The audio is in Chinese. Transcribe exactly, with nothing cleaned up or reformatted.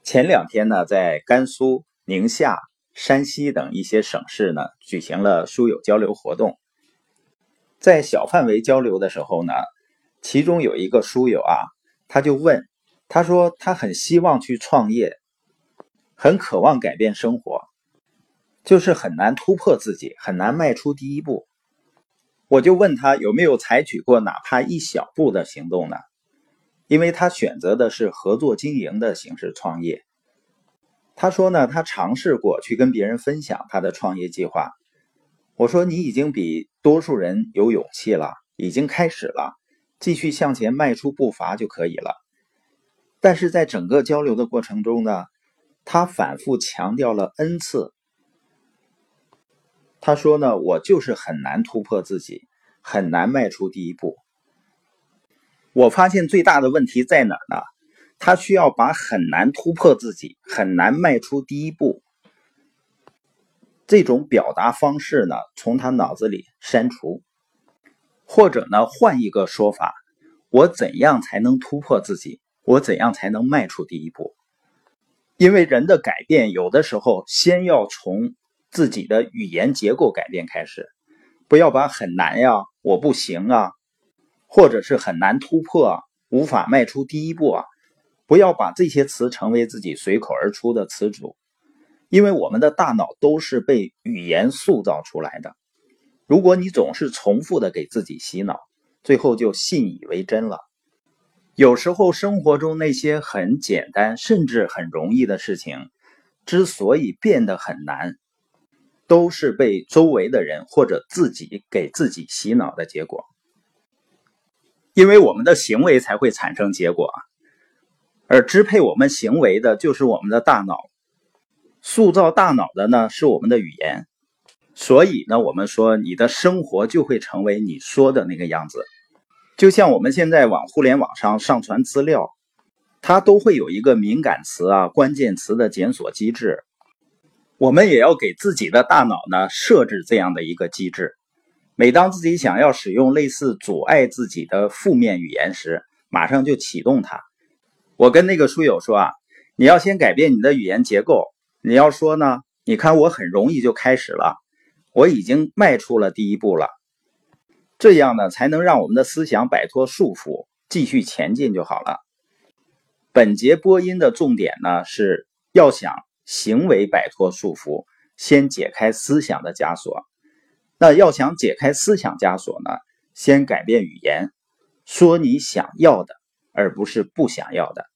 前两天呢，在甘肃、宁夏、山西等一些省市呢，举行了书友交流活动。在小范围交流的时候呢，其中有一个书友啊，他就问，他说他很希望去创业，很渴望改变生活，就是很难突破自己，很难迈出第一步。我就问他有没有采取过哪怕一小步的行动呢？因为他选择的是合作经营的形式创业。他说呢，他尝试过去跟别人分享他的创业计划。我说你已经比多数人有勇气了，已经开始了，继续向前迈出步伐就可以了。但是在整个交流的过程中呢，他反复强调了 N 次。他说呢，我就是很难突破自己，很难迈出第一步。我发现最大的问题在哪儿呢？他需要把很难突破自己，很难迈出第一步这种表达方式呢，从他脑子里删除。或者呢，换一个说法，我怎样才能突破自己？我怎样才能迈出第一步？因为人的改变有的时候先要从自己的语言结构改变开始，不要把很难呀，我不行啊，或者是很难突破啊，无法迈出第一步啊，不要把这些词成为自己随口而出的词组。因为我们的大脑都是被语言塑造出来的，如果你总是重复的给自己洗脑，最后就信以为真了。有时候生活中那些很简单甚至很容易的事情，之所以变得很难，都是被周围的人或者自己给自己洗脑的结果。因为我们的行为才会产生结果，而支配我们行为的就是我们的大脑，塑造大脑的呢是我们的语言。所以呢，我们说你的生活就会成为你说的那个样子。就像我们现在往互联网上上传资料，它都会有一个敏感词啊、关键词的检索机制。我们也要给自己的大脑呢设置这样的一个机制。每当自己想要使用类似阻碍自己的负面语言时，马上就启动它。我跟那个书友说啊，你要先改变你的语言结构。你要说呢，你看我很容易就开始了，我已经迈出了第一步了。这样呢，才能让我们的思想摆脱束缚，继续前进就好了。本节播音的重点呢，是要想行为摆脱束缚，先解开思想的枷锁。那要想解开思想枷锁呢，先改变语言，说你想要的，而不是不想要的。